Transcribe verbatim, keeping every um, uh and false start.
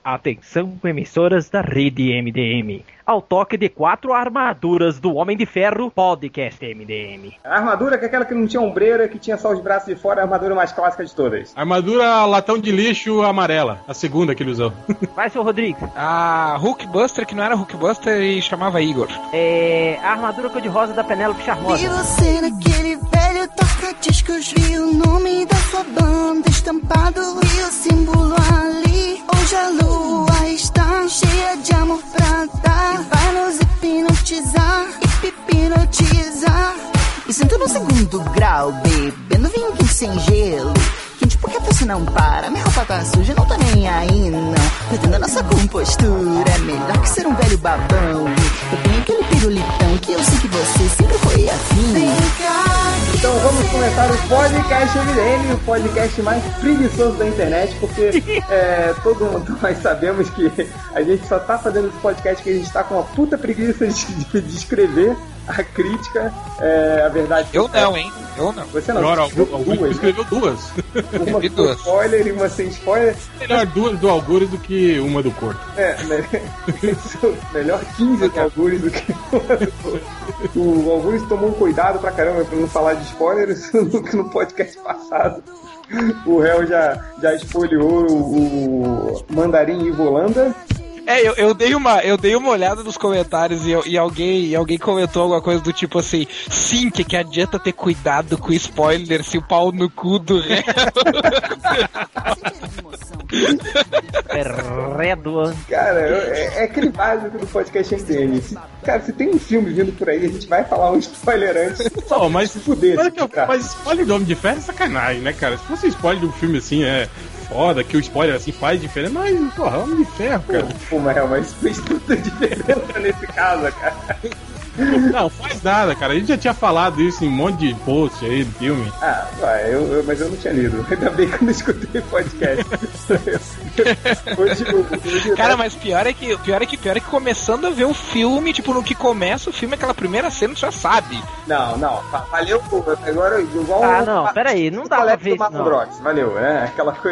Atenção, emissoras da rede M D M. Ao toque de quatro armaduras do Homem de Ferro, podcast M D M. A armadura que é aquela que não tinha ombreira, que tinha só os braços de fora, a armadura mais clássica de todas. Armadura latão de lixo amarela, a segunda que ele usou. Vai, seu Rodrigues. A Hulkbuster, que não era Hulkbuster e chamava Igor. É... A armadura cor-de-rosa da Penélope Charmosa. E você naquele velho toca-discos, vi o nome da sua banda estampado e o símbolo ali. Hoje a lua está cheia de amor pra dar, e vai nos hipnotizar e hipnotizar. E sinto no segundo grau, bebendo vinho quente sem gelo. Quente porque a pessoa não para, minha roupa tá suja, não tô nem aí não. Perdendo a nossa compostura, é melhor que ser um velho babão. Eu tenho aquele pirulitão que eu sei que você sempre foi afim. Então vamos começar o podcast M D M, o podcast mais preguiçoso da internet, porque é, todo mundo, nós sabemos que a gente só tá fazendo esse podcast porque a gente tá com uma puta preguiça de, de, de escrever a crítica, é, a verdade. Eu não, hein? Eu não. Você não. Melhor, Augusto escreveu duas. Uma com duas. Spoiler e uma sem spoiler. Melhor duas do Algures do que uma do Corto. É, né? Melhor quinze do Algures do que uma do Corto. O Algures tomou um cuidado pra caramba pra não falar de spoilers no podcast passado. O réu já, já spoilerou o, o Mandarim e Volanda. É, eu, eu, dei uma, eu dei uma olhada nos comentários e, eu, e, alguém, e alguém comentou alguma coisa do tipo assim: sim, que, que adianta ter cuidado com spoiler se o pau no cu do réu. Perredo. Cara, é, é aquele básico do podcast M D M. Se, cara, se tem um filme vindo por aí, a gente vai falar um spoiler antes. Só oh, mas se fuder. Mas, eu, mas spoiler do Homem de Ferro é sacanagem, né, cara? Se fosse spoiler de um filme assim, é foda, que o spoiler assim faz diferença, mas, porra, Homem de Ferro, cara. Pô, mas, mas fez toda a diferença nesse caso, cara. Não, faz nada, cara. A gente já tinha falado isso em um monte de post aí do filme. Ah, vai, eu, eu, mas eu não tinha lido. Ainda bem que eu não escutei o podcast. hoje, hoje, cara, mas pior é que pior é que pior é que começando a ver o filme, tipo, no que começa o filme, aquela primeira cena, tu já sabe. Não, não, valeu. Agora, igual. Ah, não, peraí, não dá pra ver isso, não. Valeu, né? Aquela coisa.